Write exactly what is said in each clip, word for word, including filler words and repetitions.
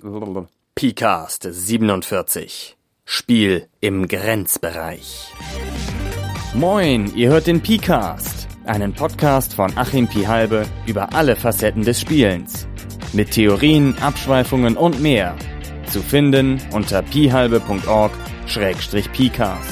PCast siebenundvierzig. Spiel im Grenzbereich. Moin, ihr hört den PCast, einen Podcast von Achim Pihalbe über alle Facetten des Spielens. Mit Theorien, Abschweifungen und mehr. Zu finden unter pihalbe punkt org schrägstrich pcast.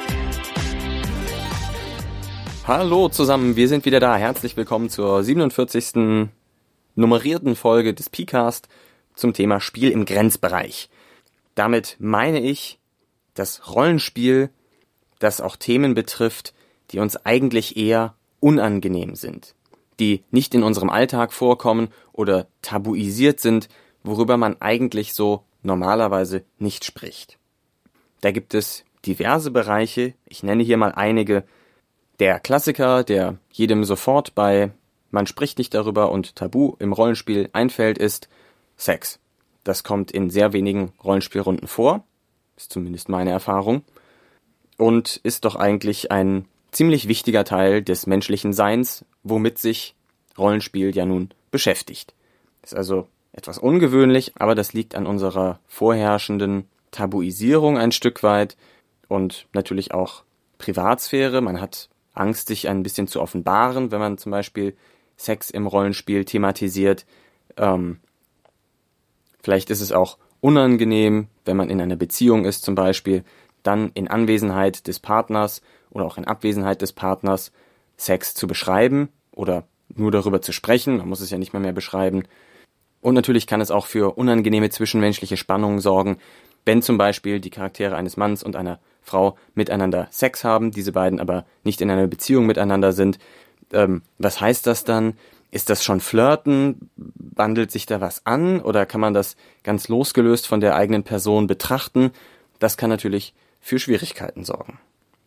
Hallo zusammen, wir sind wieder da. Herzlich willkommen zur siebenundvierzigsten nummerierten Folge des PCast zum Thema Spiel im Grenzbereich. Damit meine ich das Rollenspiel, das auch Themen betrifft, die uns eigentlich eher unangenehm sind, die nicht in unserem Alltag vorkommen oder tabuisiert sind, worüber man eigentlich so normalerweise nicht spricht. Da gibt es diverse Bereiche, ich nenne hier mal einige. Der Klassiker, der jedem sofort bei man spricht nicht darüber und Tabu im Rollenspiel einfällt, ist Sex. Das kommt in sehr wenigen Rollenspielrunden vor, ist zumindest meine Erfahrung, und ist doch eigentlich ein ziemlich wichtiger Teil des menschlichen Seins, womit sich Rollenspiel ja nun beschäftigt. Ist also etwas ungewöhnlich, aber das liegt an unserer vorherrschenden Tabuisierung ein Stück weit und natürlich auch Privatsphäre. Man hat Angst, sich ein bisschen zu offenbaren, wenn man zum Beispiel Sex im Rollenspiel thematisiert. Ähm, vielleicht ist es auch unangenehm, wenn man in einer Beziehung ist zum Beispiel, dann in Anwesenheit des Partners oder auch in Abwesenheit des Partners Sex zu beschreiben oder nur darüber zu sprechen. Man muss es ja nicht mal mehr beschreiben. Und natürlich kann es auch für unangenehme zwischenmenschliche Spannungen sorgen, wenn zum Beispiel die Charaktere eines Manns und einer Frau miteinander Sex haben, diese beiden aber nicht in einer Beziehung miteinander sind. Ähm, was heißt das dann? Ist das schon Flirten? Wandelt sich da was an? Oder kann man das ganz losgelöst von der eigenen Person betrachten? Das kann natürlich für Schwierigkeiten sorgen.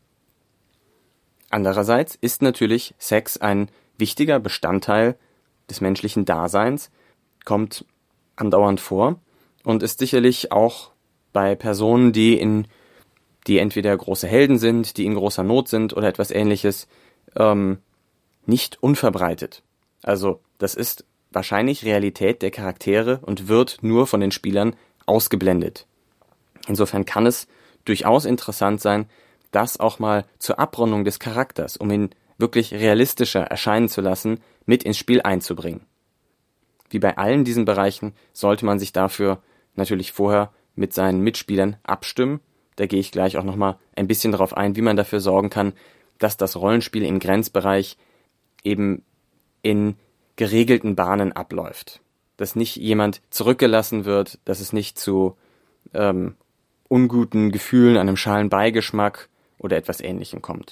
Andererseits ist natürlich Sex ein wichtiger Bestandteil des menschlichen Daseins, kommt andauernd vor und ist sicherlich auch bei Personen, die in die entweder große Helden sind, die in großer Not sind oder etwas Ähnliches, ähm, nicht unverbreitet. Also das ist wahrscheinlich Realität der Charaktere und wird nur von den Spielern ausgeblendet. Insofern kann es durchaus interessant sein, das auch mal zur Abrundung des Charakters, um ihn wirklich realistischer erscheinen zu lassen, mit ins Spiel einzubringen. Wie bei allen diesen Bereichen sollte man sich dafür natürlich vorher mit seinen Mitspielern abstimmen. Da gehe ich gleich auch nochmal ein bisschen darauf ein, wie man dafür sorgen kann, dass das Rollenspiel im Grenzbereich eben in geregelten Bahnen abläuft. Dass nicht jemand zurückgelassen wird, dass es nicht zu ähm, unguten Gefühlen, einem schalen Beigeschmack oder etwas Ähnlichem kommt.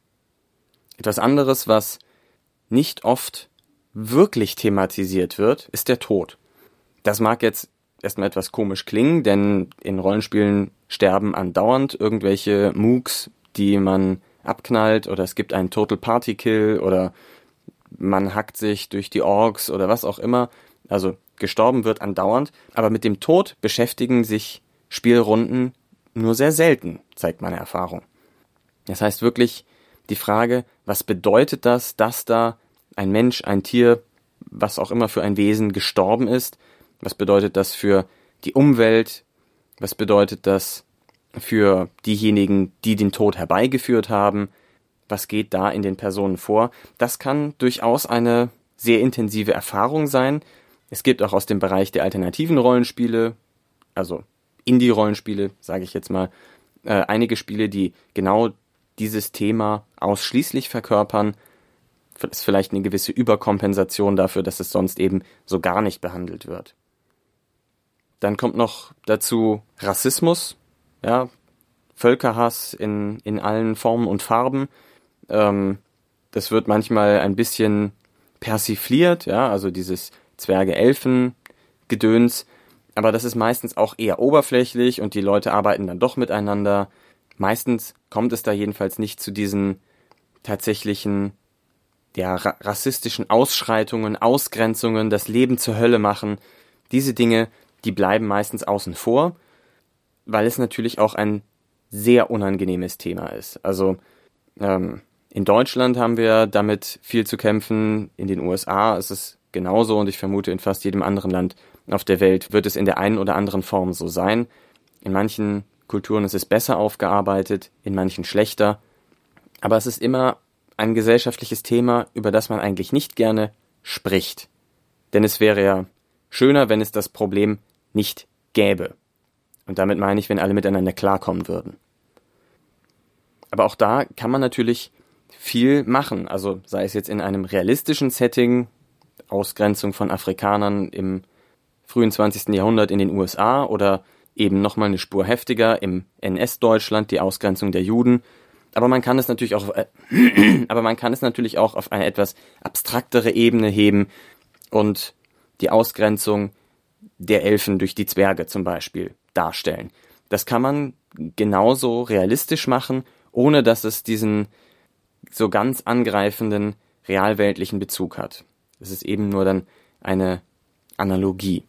Etwas anderes, was nicht oft wirklich thematisiert wird, ist der Tod. Das mag jetzt erstmal etwas komisch klingen, denn in Rollenspielen sterben andauernd irgendwelche Mooks, die man abknallt, oder es gibt einen Total Party Kill oder man hackt sich durch die Orks oder was auch immer. Also gestorben wird andauernd, aber mit dem Tod beschäftigen sich Spielrunden nur sehr selten, zeigt meine Erfahrung. Das heißt wirklich die Frage, was bedeutet das, dass da ein Mensch, ein Tier, was auch immer für ein Wesen gestorben ist? Was bedeutet das für die Umwelt? Was bedeutet das für diejenigen, die den Tod herbeigeführt haben? Was geht da in den Personen vor? Das kann durchaus eine sehr intensive Erfahrung sein. Es gibt auch aus dem Bereich der alternativen Rollenspiele, also Indie-Rollenspiele, sage ich jetzt mal, äh, einige Spiele, die genau dieses Thema ausschließlich verkörpern. Das ist vielleicht eine gewisse Überkompensation dafür, dass es sonst eben so gar nicht behandelt wird. Dann kommt noch dazu Rassismus, ja, Völkerhass in, in allen Formen und Farben. Ähm, das wird manchmal ein bisschen persifliert, ja, also dieses Zwerge-Elfen-Gedöns, aber das ist meistens auch eher oberflächlich und die Leute arbeiten dann doch miteinander. Meistens kommt es da jedenfalls nicht zu diesen tatsächlichen ja, ra- rassistischen Ausschreitungen, Ausgrenzungen, das Leben zur Hölle machen. Diese Dinge, die bleiben meistens außen vor, weil es natürlich auch ein sehr unangenehmes Thema ist. Also ähm, in Deutschland haben wir damit viel zu kämpfen, in den U S A ist es genauso und ich vermute in fast jedem anderen Land auf der Welt wird es in der einen oder anderen Form so sein. In manchen Kulturen ist es besser aufgearbeitet, in manchen schlechter. Aber es ist immer ein gesellschaftliches Thema, über das man eigentlich nicht gerne spricht. Denn es wäre ja schöner, wenn es das Problem nicht gäbe. Und damit meine ich, wenn alle miteinander klarkommen würden. Aber auch da kann man natürlich viel machen. Also sei es jetzt in einem realistischen Setting, Ausgrenzung von Afrikanern im frühen zwanzigsten Jahrhundert in den U S A oder eben nochmal eine Spur heftiger im N S-Deutschland, die Ausgrenzung der Juden. Aber man kann es natürlich auch, äh, aber man kann es natürlich auch auf eine etwas abstraktere Ebene heben und die Ausgrenzung der Elfen durch die Zwerge zum Beispiel darstellen. Das kann man genauso realistisch machen, ohne dass es diesen so ganz angreifenden realweltlichen Bezug hat. Es ist eben nur dann eine Analogie.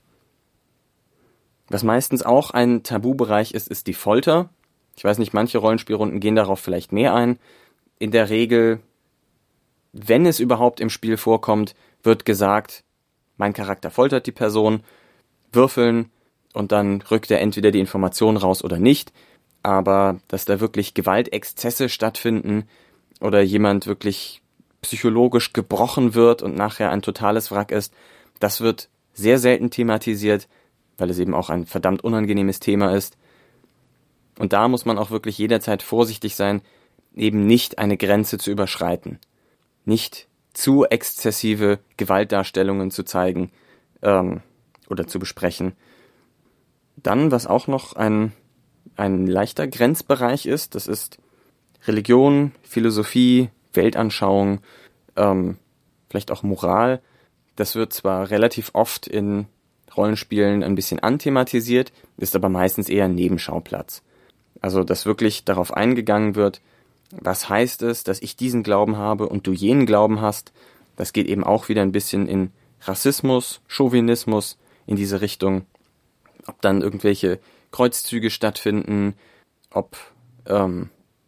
Was meistens auch ein Tabubereich ist, ist die Folter. Ich weiß nicht, manche Rollenspielrunden gehen darauf vielleicht mehr ein. In der Regel, wenn es überhaupt im Spiel vorkommt, wird gesagt, mein Charakter foltert die Person, würfeln und dann rückt er entweder die Information raus oder nicht. Aber dass da wirklich Gewaltexzesse stattfinden oder jemand wirklich psychologisch gebrochen wird und nachher ein totales Wrack ist, das wird sehr selten thematisiert, weil es eben auch ein verdammt unangenehmes Thema ist. Und da muss man auch wirklich jederzeit vorsichtig sein, eben nicht eine Grenze zu überschreiten, nicht zu exzessive Gewaltdarstellungen zu zeigen ähm, oder zu besprechen. Dann, was auch noch ein, ein leichter Grenzbereich ist, das ist Religion, Philosophie, Weltanschauung, ähm, vielleicht auch Moral. Das wird zwar relativ oft in Rollenspielen ein bisschen anthematisiert, ist aber meistens eher ein Nebenschauplatz. Also, dass wirklich darauf eingegangen wird, was heißt es, dass ich diesen Glauben habe und du jenen Glauben hast. Das geht eben auch wieder ein bisschen in Rassismus, Chauvinismus, in diese Richtung. Ob dann irgendwelche Kreuzzüge stattfinden, ob ähm,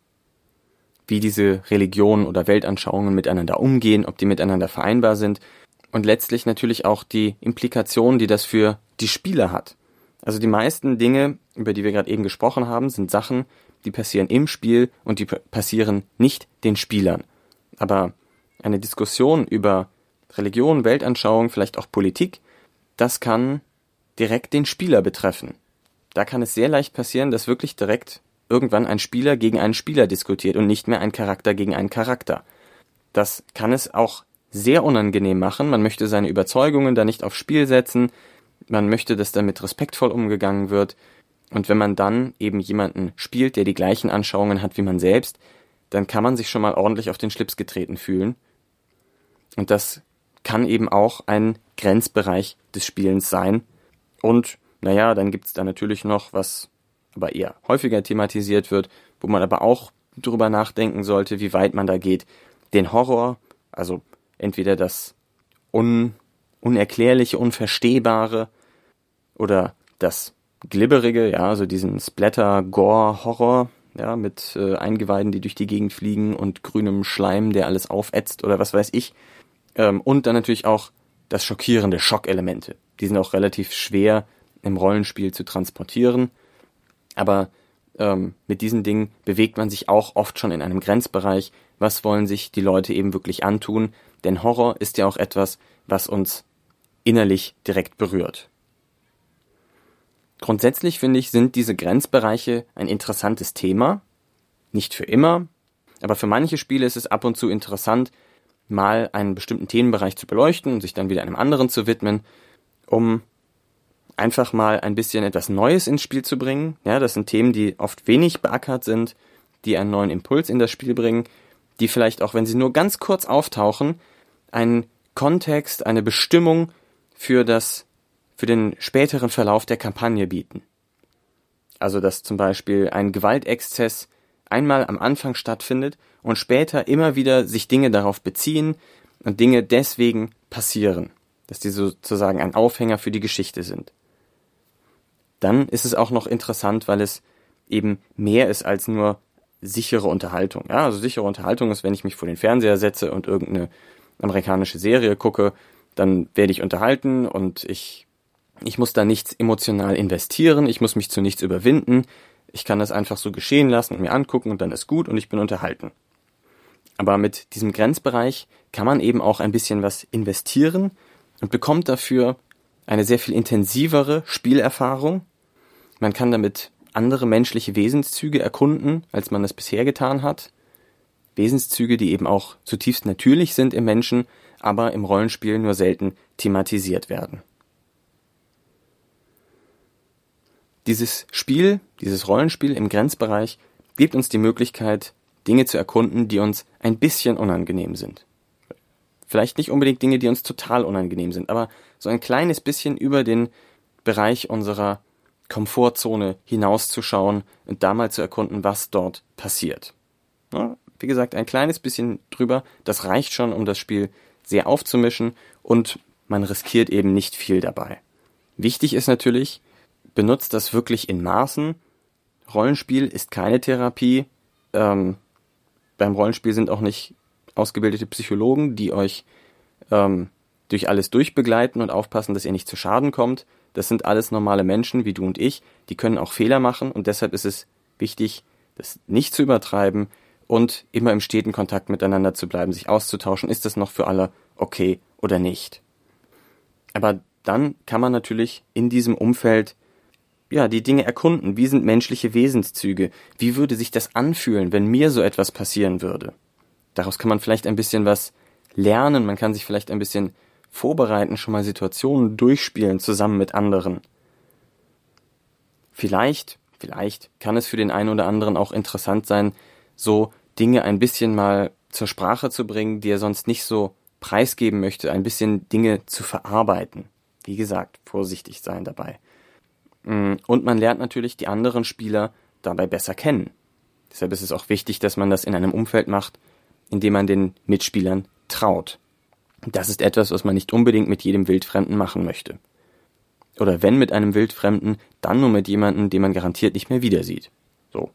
wie diese Religionen oder Weltanschauungen miteinander umgehen, ob die miteinander vereinbar sind. Und letztlich natürlich auch die Implikationen, die das für die Spieler hat. Also die meisten Dinge, über die wir gerade eben gesprochen haben, sind Sachen, die passieren im Spiel und die passieren nicht den Spielern. Aber eine Diskussion über Religion, Weltanschauung, vielleicht auch Politik, das kann direkt den Spieler betreffen. Da kann es sehr leicht passieren, dass wirklich direkt irgendwann ein Spieler gegen einen Spieler diskutiert und nicht mehr ein Charakter gegen einen Charakter. Das kann es auch sehr unangenehm machen. Man möchte seine Überzeugungen da nicht aufs Spiel setzen. Man möchte, dass damit respektvoll umgegangen wird. Und wenn man dann eben jemanden spielt, der die gleichen Anschauungen hat wie man selbst, dann kann man sich schon mal ordentlich auf den Schlips getreten fühlen. Und das kann eben auch ein Grenzbereich des Spielens sein. Und naja, dann gibt's da natürlich noch, was aber eher häufiger thematisiert wird, wo man aber auch drüber nachdenken sollte, wie weit man da geht. Den Horror, also entweder das Un- Unerklärliche, Unverstehbare oder das Glibberige, ja, also diesen Splatter-Gore-Horror, ja, mit äh, Eingeweiden, die durch die Gegend fliegen und grünem Schleim, der alles aufätzt oder was weiß ich. Ähm, und dann natürlich auch das schockierende Schockelemente. Die sind auch relativ schwer im Rollenspiel zu transportieren. Aber ähm, mit diesen Dingen bewegt man sich auch oft schon in einem Grenzbereich. Was wollen sich die Leute eben wirklich antun? Denn Horror ist ja auch etwas, was uns innerlich direkt berührt. Grundsätzlich finde ich, sind diese Grenzbereiche ein interessantes Thema. Nicht für immer, aber für manche Spiele ist es ab und zu interessant, mal einen bestimmten Themenbereich zu beleuchten und sich dann wieder einem anderen zu widmen, um einfach mal ein bisschen etwas Neues ins Spiel zu bringen. Ja, das sind Themen, die oft wenig beackert sind, die einen neuen Impuls in das Spiel bringen, die vielleicht auch, wenn sie nur ganz kurz auftauchen, einen Kontext, eine Bestimmung für das, für den späteren Verlauf der Kampagne bieten. Also, dass zum Beispiel ein Gewaltexzess einmal am Anfang stattfindet und später immer wieder sich Dinge darauf beziehen und Dinge deswegen passieren. Dass die sozusagen ein Aufhänger für die Geschichte sind. Dann ist es auch noch interessant, weil es eben mehr ist als nur sichere Unterhaltung. Ja, also sichere Unterhaltung ist, wenn ich mich vor den Fernseher setze und irgendeine amerikanische Serie gucke, dann werde ich unterhalten und ich Ich muss da nichts emotional investieren, ich muss mich zu nichts überwinden. Ich kann das einfach so geschehen lassen und mir angucken und dann ist gut und ich bin unterhalten. Aber mit diesem Grenzbereich kann man eben auch ein bisschen was investieren und bekommt dafür eine sehr viel intensivere Spielerfahrung. Man kann damit andere menschliche Wesenszüge erkunden, als man es bisher getan hat. Wesenszüge, die eben auch zutiefst natürlich sind im Menschen, aber im Rollenspiel nur selten thematisiert werden. Dieses Spiel, dieses Rollenspiel im Grenzbereich gibt uns die Möglichkeit, Dinge zu erkunden, die uns ein bisschen unangenehm sind. Vielleicht nicht unbedingt Dinge, die uns total unangenehm sind, aber so ein kleines bisschen über den Bereich unserer Komfortzone hinauszuschauen und da mal zu erkunden, was dort passiert. Ja, wie gesagt, ein kleines bisschen drüber, das reicht schon, um das Spiel sehr aufzumischen und man riskiert eben nicht viel dabei. Wichtig ist natürlich, benutzt das wirklich in Maßen. Rollenspiel ist keine Therapie. Ähm, beim Rollenspiel sind auch nicht ausgebildete Psychologen, die euch ähm, durch alles durchbegleiten und aufpassen, dass ihr nicht zu Schaden kommt. Das sind alles normale Menschen wie du und ich. Die können auch Fehler machen und deshalb ist es wichtig, das nicht zu übertreiben und immer im steten Kontakt miteinander zu bleiben, sich auszutauschen. Ist das noch für alle okay oder nicht? Aber dann kann man natürlich in diesem Umfeld ja, die Dinge erkunden. Wie sind menschliche Wesenszüge? Wie würde sich das anfühlen, wenn mir so etwas passieren würde? Daraus kann man vielleicht ein bisschen was lernen. Man kann sich vielleicht ein bisschen vorbereiten, schon mal Situationen durchspielen zusammen mit anderen. Vielleicht, vielleicht kann es für den einen oder anderen auch interessant sein, so Dinge ein bisschen mal zur Sprache zu bringen, die er sonst nicht so preisgeben möchte, ein bisschen Dinge zu verarbeiten. Wie gesagt, vorsichtig sein dabei. Und man lernt natürlich die anderen Spieler dabei besser kennen. Deshalb ist es auch wichtig, dass man das in einem Umfeld macht, in dem man den Mitspielern traut. Das ist etwas, was man nicht unbedingt mit jedem Wildfremden machen möchte. Oder wenn mit einem Wildfremden, dann nur mit jemandem, den man garantiert nicht mehr wieder sieht. So.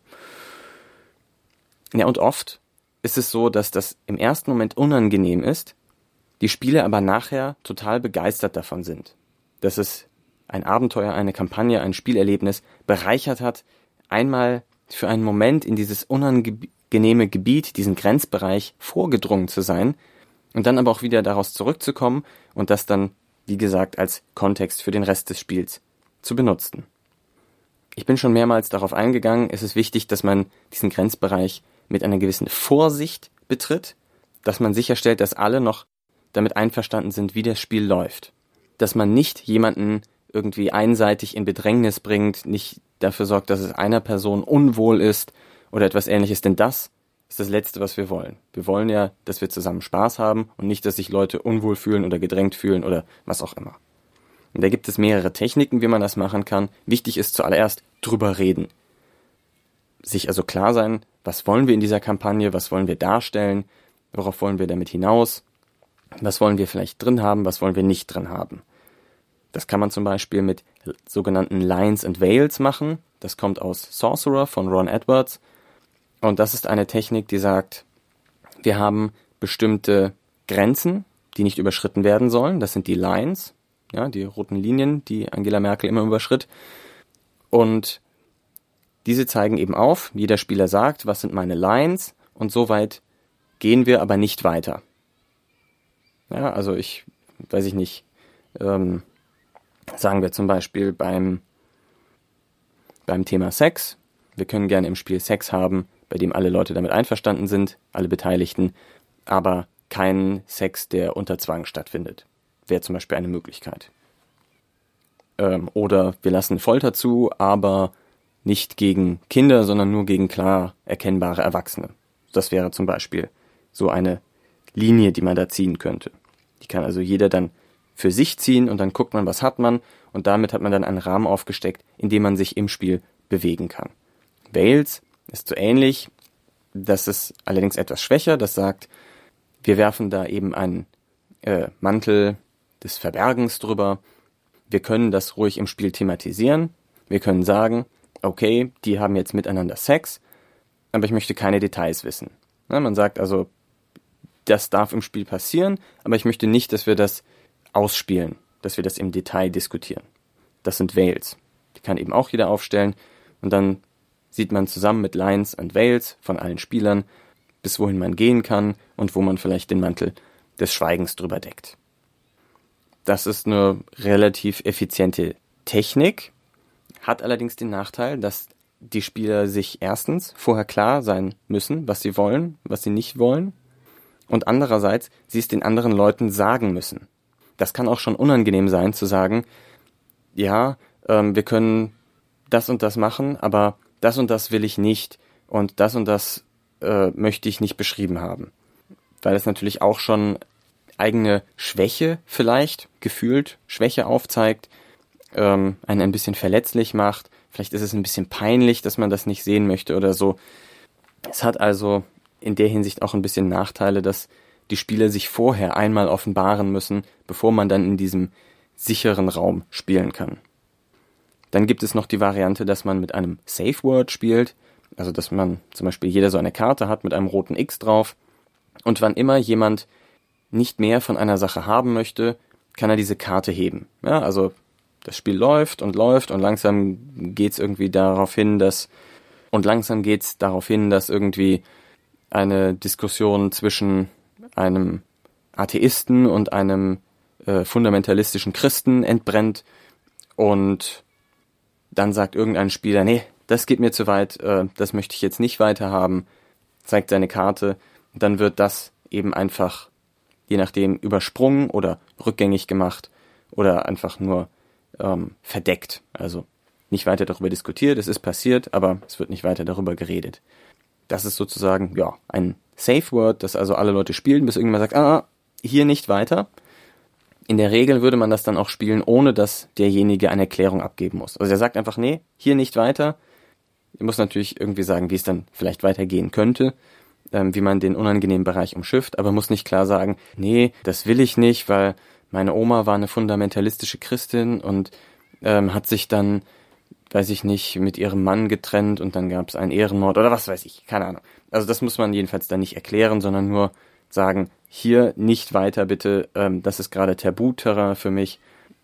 Ja, und oft ist es so, dass das im ersten Moment unangenehm ist, die Spieler aber nachher total begeistert davon sind. Dass es ein Abenteuer, eine Kampagne, ein Spielerlebnis bereichert hat, einmal für einen Moment in dieses unangenehme Gebiet, diesen Grenzbereich vorgedrungen zu sein und dann aber auch wieder daraus zurückzukommen und das dann, wie gesagt, als Kontext für den Rest des Spiels zu benutzen. Ich bin schon mehrmals darauf eingegangen, es ist wichtig, dass man diesen Grenzbereich mit einer gewissen Vorsicht betritt, dass man sicherstellt, dass alle noch damit einverstanden sind, wie das Spiel läuft. Dass man nicht jemanden irgendwie einseitig in Bedrängnis bringt, nicht dafür sorgt, dass es einer Person unwohl ist oder etwas Ähnliches, denn das ist das Letzte, was wir wollen. Wir wollen ja, dass wir zusammen Spaß haben und nicht, dass sich Leute unwohl fühlen oder gedrängt fühlen oder was auch immer. Und da gibt es mehrere Techniken, wie man das machen kann. Wichtig ist zuallererst drüber reden. Sich also klar sein, was wollen wir in dieser Kampagne, was wollen wir darstellen, worauf wollen wir damit hinaus, was wollen wir vielleicht drin haben, was wollen wir nicht drin haben. Das kann man zum Beispiel mit sogenannten Lines and Veils machen. Das kommt aus Sorcerer von Ron Edwards. Und das ist eine Technik, die sagt, wir haben bestimmte Grenzen, die nicht überschritten werden sollen. Das sind die Lines, ja, die roten Linien, die Angela Merkel immer überschritt. Und diese zeigen eben auf, jeder Spieler sagt, was sind meine Lines, und so weit gehen wir aber nicht weiter. Ja, also ich, weiß ich nicht, ähm, sagen wir zum Beispiel beim, beim Thema Sex. Wir können gerne im Spiel Sex haben, bei dem alle Leute damit einverstanden sind, alle Beteiligten, aber keinen Sex, der unter Zwang stattfindet. Wäre zum Beispiel eine Möglichkeit. Ähm, oder wir lassen Folter zu, aber nicht gegen Kinder, sondern nur gegen klar erkennbare Erwachsene. Das wäre zum Beispiel so eine Linie, die man da ziehen könnte. Die kann also jeder dann für sich ziehen und dann guckt man, was hat man, und damit hat man dann einen Rahmen aufgesteckt, in dem man sich im Spiel bewegen kann. Veils ist so ähnlich, das ist allerdings etwas schwächer, das sagt, wir werfen da eben einen äh, Mantel des Verbergens drüber, wir können das ruhig im Spiel thematisieren, wir können sagen, okay, die haben jetzt miteinander Sex, aber ich möchte keine Details wissen. Ja, man sagt also, das darf im Spiel passieren, aber ich möchte nicht, dass wir das ausspielen, dass wir das im Detail diskutieren. das sind Veils. Die kann eben auch jeder aufstellen und dann sieht man zusammen mit Lines and Veils von allen Spielern, bis wohin man gehen kann und wo man vielleicht den Mantel des Schweigens drüber deckt. Das ist eine relativ effiziente Technik, hat allerdings den Nachteil, dass die Spieler sich erstens vorher klar sein müssen, was sie wollen, was sie nicht wollen, und andererseits sie es den anderen Leuten sagen müssen. Das kann auch schon unangenehm sein, zu sagen, ja, ähm, wir können das und das machen, aber das und das will ich nicht und das und das äh, möchte ich nicht beschrieben haben. Weil es natürlich auch schon eigene Schwäche vielleicht, gefühlt Schwäche aufzeigt, ähm, einen ein bisschen verletzlich macht. Vielleicht ist es ein bisschen peinlich, dass man das nicht sehen möchte oder so. Es hat also in der Hinsicht auch ein bisschen Nachteile, dass die Spieler sich vorher einmal offenbaren müssen, bevor man dann in diesem sicheren Raum spielen kann. Dann gibt es noch die Variante, dass man mit einem Safe Word spielt, also dass man zum Beispiel jeder so eine Karte hat mit einem roten X drauf und wann immer jemand nicht mehr von einer Sache haben möchte, kann er diese Karte heben. Ja, also das Spiel läuft und läuft und langsam geht's irgendwie darauf hin, dass und langsam geht's darauf hin, dass irgendwie eine Diskussion zwischen einem Atheisten und einem äh, fundamentalistischen Christen entbrennt und dann sagt irgendein Spieler, nee, das geht mir zu weit, äh, das möchte ich jetzt nicht weiterhaben, zeigt seine Karte, dann wird das eben einfach, je nachdem, übersprungen oder rückgängig gemacht oder einfach nur ähm, verdeckt. Also nicht weiter darüber diskutiert, es ist passiert, aber es wird nicht weiter darüber geredet. Das ist sozusagen, ja, ein Safe Word, das also alle Leute spielen, bis irgendjemand sagt, ah, hier nicht weiter. In der Regel würde man das dann auch spielen, ohne dass derjenige eine Erklärung abgeben muss. Also er sagt einfach, nee, hier nicht weiter. Er muss natürlich irgendwie sagen, wie es dann vielleicht weitergehen könnte, ähm, wie man den unangenehmen Bereich umschifft, aber muss nicht klar sagen, nee, das will ich nicht, weil meine Oma war eine fundamentalistische Christin und ähm, hat sich dann, weiß ich nicht, mit ihrem Mann getrennt und dann gab es einen Ehrenmord oder was weiß ich, keine Ahnung. Also das muss man jedenfalls dann nicht erklären, sondern nur sagen, hier nicht weiter bitte, ähm, das ist gerade Tabuterrain für mich,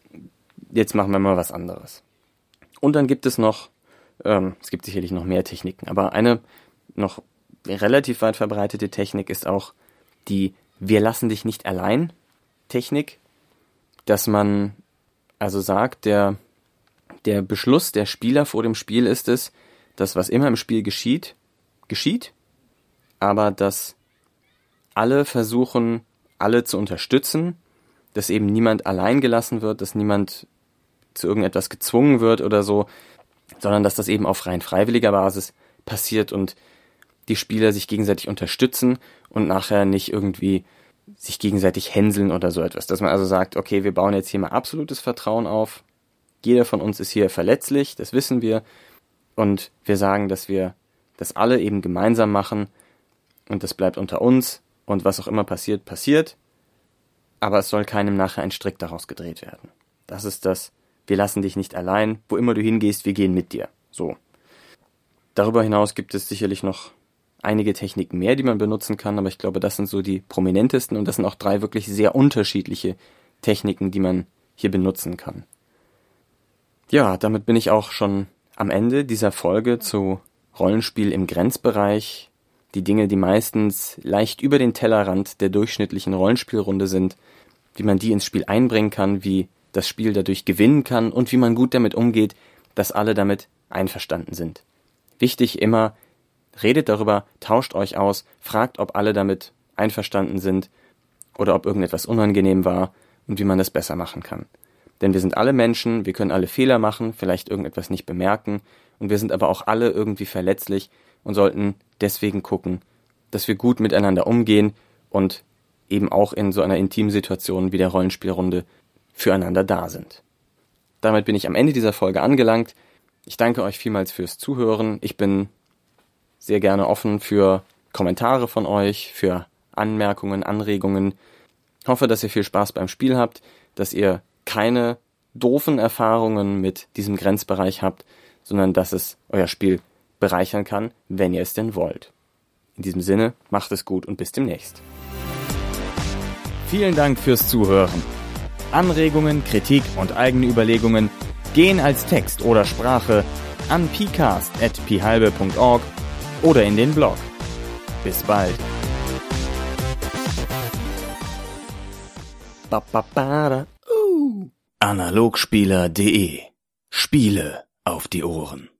jetzt machen wir mal was anderes. Und dann gibt es noch, ähm, es gibt sicherlich noch mehr Techniken, aber eine noch relativ weit verbreitete Technik ist auch die Wir lassen dich nicht allein Technik, dass man also sagt, der, der Beschluss der Spieler vor dem Spiel ist es, dass was immer im Spiel geschieht, geschieht, aber dass alle versuchen, alle zu unterstützen, dass eben niemand allein gelassen wird, dass niemand zu irgendetwas gezwungen wird oder so, sondern dass das eben auf rein freiwilliger Basis passiert und die Spieler sich gegenseitig unterstützen und nachher nicht irgendwie sich gegenseitig hänseln oder so etwas. Dass man also sagt, okay, wir bauen jetzt hier mal absolutes Vertrauen auf, jeder von uns ist hier verletzlich, das wissen wir, und wir sagen, dass wir das alle eben gemeinsam machen und das bleibt unter uns. Und was auch immer passiert, passiert, aber es soll keinem nachher ein Strick daraus gedreht werden. Das ist das, wir lassen dich nicht allein, wo immer du hingehst, wir gehen mit dir. So. Darüber hinaus gibt es sicherlich noch einige Techniken mehr, die man benutzen kann, aber ich glaube, das sind so die prominentesten und das sind auch drei wirklich sehr unterschiedliche Techniken, die man hier benutzen kann. Ja, damit bin ich auch schon am Ende dieser Folge zu Rollenspiel im Grenzbereich. Die Dinge, die meistens leicht über den Tellerrand der durchschnittlichen Rollenspielrunde sind, wie man die ins Spiel einbringen kann, wie das Spiel dadurch gewinnen kann und wie man gut damit umgeht, dass alle damit einverstanden sind. Wichtig immer, redet darüber, tauscht euch aus, fragt, ob alle damit einverstanden sind oder ob irgendetwas unangenehm war und wie man das besser machen kann. Denn wir sind alle Menschen, wir können alle Fehler machen, vielleicht irgendetwas nicht bemerken und wir sind aber auch alle irgendwie verletzlich und sollten deswegen gucken, dass wir gut miteinander umgehen und eben auch in so einer intimen Situation wie der Rollenspielrunde füreinander da sind. Damit bin ich am Ende dieser Folge angelangt. Ich danke euch vielmals fürs Zuhören. Ich bin sehr gerne offen für Kommentare von euch, für Anmerkungen, Anregungen. Ich hoffe, dass ihr viel Spaß beim Spiel habt, dass ihr keine doofen Erfahrungen mit diesem Grenzbereich habt, sondern dass es euer Spiel bereichern kann, wenn ihr es denn wollt. In diesem Sinne, macht es gut und bis demnächst. Vielen Dank fürs Zuhören. Anregungen, Kritik und eigene Überlegungen Gehen als Text oder Sprache an pcast at pihalbe punkt org oder in den Blog. Bis bald. Ba, ba, ba, da. Uh. analogspieler punkt de Spiele auf die Ohren.